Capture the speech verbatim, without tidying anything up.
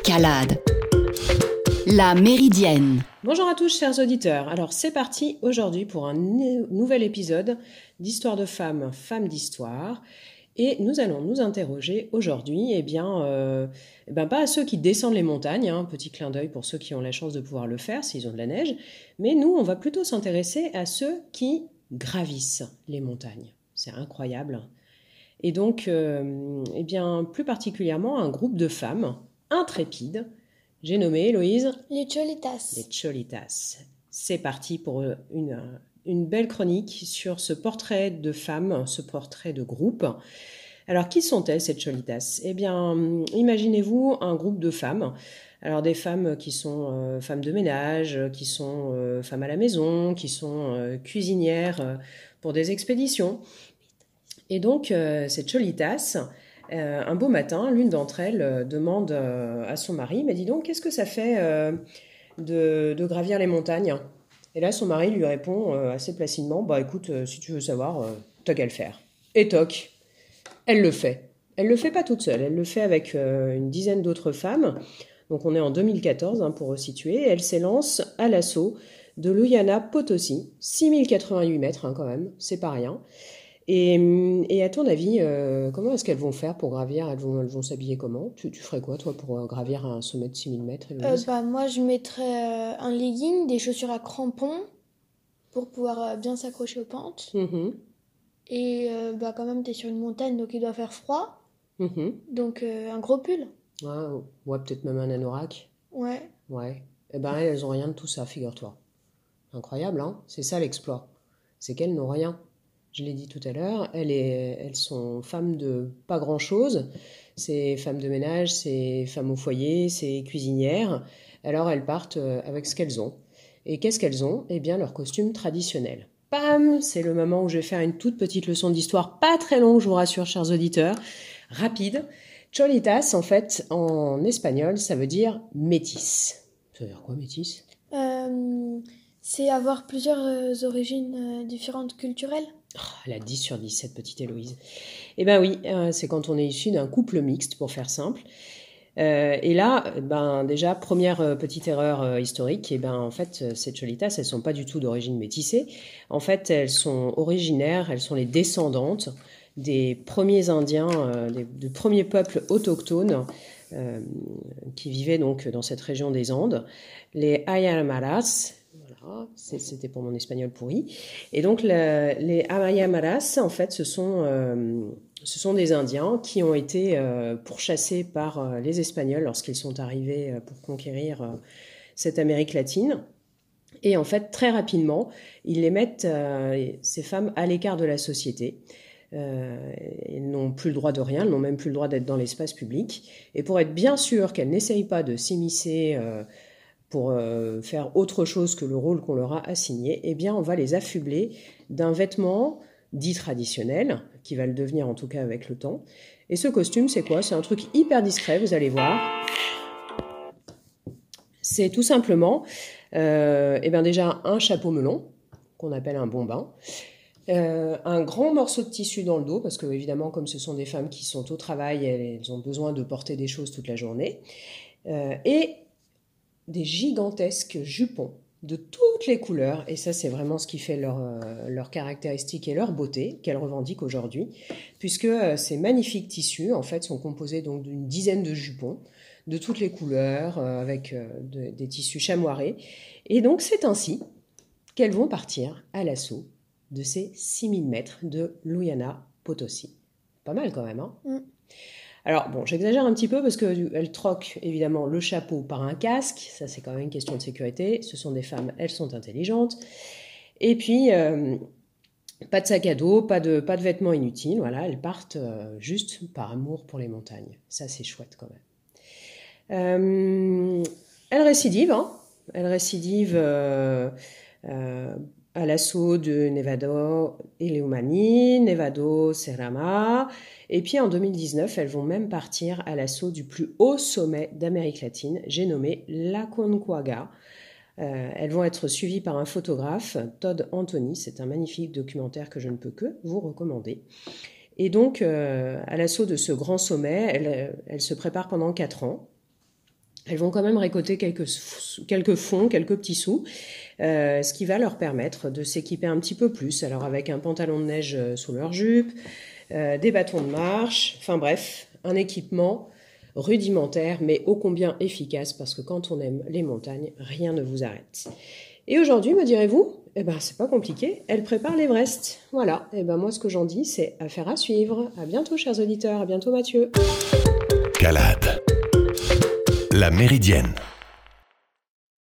Escalade. La Méridienne. Bonjour à tous chers auditeurs, alors c'est parti aujourd'hui pour un n- nouvel épisode d'Histoire de femmes, femmes d'histoire. Et nous allons nous interroger aujourd'hui, eh bien, euh, eh ben pas à ceux qui descendent les montagnes, hein, petit clin d'œil pour ceux qui ont la chance de pouvoir le faire s'ils ont de la neige, mais nous on va plutôt s'intéresser à ceux qui gravissent les montagnes. C'est incroyable. Et donc, euh, eh bien, plus particulièrement un groupe de femmes intrépides. J'ai nommé, Héloïse, les Cholitas. Les Cholitas. C'est parti pour une, une belle chronique sur ce portrait de femme, ce portrait de groupe. Alors, qui sont-elles, ces Cholitas? Eh bien, imaginez-vous un groupe de femmes. Alors, des femmes qui sont euh, femmes de ménage, qui sont euh, femmes à la maison, qui sont euh, cuisinières euh, pour des expéditions. Et donc, euh, ces Cholitas, euh, un beau matin, l'une d'entre elles euh, demande euh, à son mari, mais dis donc, qu'est-ce que ça fait euh, de, de gravir les montagnes? Et là, son mari lui répond euh, assez placidement, bah écoute, euh, si tu veux savoir, euh, t'as qu'à le faire. Et toc, elle le fait. Elle le fait pas toute seule, elle le fait avec euh, une dizaine d'autres femmes. Donc on est en deux mille quatorze, hein, pour resituer, et elle s'élance à l'assaut de l'Uyana Potosi, six mille quatre-vingt-huit mètres, hein, quand même, c'est pas rien. Et, et à ton avis, euh, comment est-ce qu'elles vont faire pour gravir? Elles vont, elles vont s'habiller comment? tu, tu ferais quoi, toi, pour euh, gravir un sommet de six mille mètres, euh, bah, Moi, je mettrais euh, un legging, des chaussures à crampons pour pouvoir euh, bien s'accrocher aux pentes. Mm-hmm. Et euh, bah, quand même, tu es sur une montagne, donc il doit faire froid. Mm-hmm. Donc euh, un gros pull. Ah, ouais, peut-être même un anorak. Ouais. Ouais. Eh ben, elles, elles n'ont rien de tout ça, figure-toi. Incroyable, hein? C'est ça l'exploit. C'est qu'elles n'ont rien. Je l'ai dit tout à l'heure, elles, est, elles sont femmes de pas grand-chose. C'est femmes de ménage, c'est femmes au foyer, c'est cuisinières. Alors elles partent avec ce qu'elles ont. Et qu'est-ce qu'elles ont? Eh bien, leur costume traditionnel. Pam! C'est le moment où je vais faire une toute petite leçon d'histoire, pas très longue, je vous rassure, chers auditeurs. Rapide. Cholitas, en fait, en espagnol, ça veut dire métisse. Ça veut dire quoi, métisse? euh, C'est avoir plusieurs euh, origines euh, différentes culturelles. Oh, elle a dix sur dix, cette petite Héloïse. Eh bien oui, euh, c'est quand on est issu d'un couple mixte, pour faire simple. Euh, et là, ben, déjà, première euh, petite erreur euh, historique, et ben, en fait, ces Cholitas, elles ne sont pas du tout d'origine métissée. En fait, elles sont originaires, elles sont les descendantes des premiers Indiens, euh, des, des premiers peuples autochtones euh, qui vivaient donc dans cette région des Andes, les Ayamaras. Voilà, c'était pour mon espagnol pourri. Et donc, le, les Ayamaras, en fait, ce sont, euh, ce sont des Indiens qui ont été euh, pourchassés par euh, les Espagnols lorsqu'ils sont arrivés euh, pour conquérir euh, cette Amérique latine. Et en fait, très rapidement, ils les mettent, euh, ces femmes, à l'écart de la société. Euh, elles n'ont plus le droit de rien, elles n'ont même plus le droit d'être dans l'espace public. Et pour être bien sûr qu'elles n'essayent pas de s'immiscer euh, pour euh, faire autre chose que le rôle qu'on leur a assigné, eh bien, on va les affubler d'un vêtement dit traditionnel, qui va le devenir en tout cas avec le temps. Et ce costume, c'est quoi? C'est un truc hyper discret, vous allez voir. C'est tout simplement, euh, eh bien déjà, un chapeau melon, qu'on appelle un bombin, euh, un grand morceau de tissu dans le dos, parce que évidemment, comme ce sont des femmes qui sont au travail, elles ont besoin de porter des choses toute la journée, euh, et des gigantesques jupons de toutes les couleurs, et ça c'est vraiment ce qui fait leur, euh, leur caractéristique et leur beauté qu'elles revendiquent aujourd'hui, puisque euh, ces magnifiques tissus en fait sont composés donc d'une dizaine de jupons de toutes les couleurs, euh, avec euh, de, des tissus chamoirés, et donc c'est ainsi qu'elles vont partir à l'assaut de ces six mille mètres de l'Uyana Potosi. Pas mal quand même, hein? Mm. Alors, bon, j'exagère un petit peu parce qu'elles troquent évidemment le chapeau par un casque. Ça, c'est quand même une question de sécurité. Ce sont des femmes, elles sont intelligentes. Et puis, euh, pas de sac à dos, pas de, pas de vêtements inutiles. Voilà, elles partent euh, juste par amour pour les montagnes. Ça, c'est chouette quand même. Euh, elles récidivent, hein. Elles récidivent euh, euh, à l'assaut de Nevado Eleumani, Nevado Serrama. Et puis en deux mille dix-neuf, elles vont même partir à l'assaut du plus haut sommet d'Amérique latine, j'ai nommé l'Aconcagua. Euh, elles vont être suivies par un photographe, Todd Anthony. C'est un magnifique documentaire que je ne peux que vous recommander. Et donc, euh, à l'assaut de ce grand sommet, elles, elles se préparent pendant quatre ans. elles vont quand même récolter quelques, quelques fonds, quelques petits sous, euh, ce qui va leur permettre de s'équiper un petit peu plus. Alors avec un pantalon de neige sous leur jupe, euh, des bâtons de marche, enfin bref, un équipement rudimentaire mais ô combien efficace parce que quand on aime les montagnes, rien ne vous arrête. Et aujourd'hui, me direz-vous, eh ben c'est pas compliqué, elle prépare l'Everest. Voilà, et ben moi ce que j'en dis, c'est affaire à suivre. À bientôt chers auditeurs, à bientôt Mathieu. Calade. La Méridienne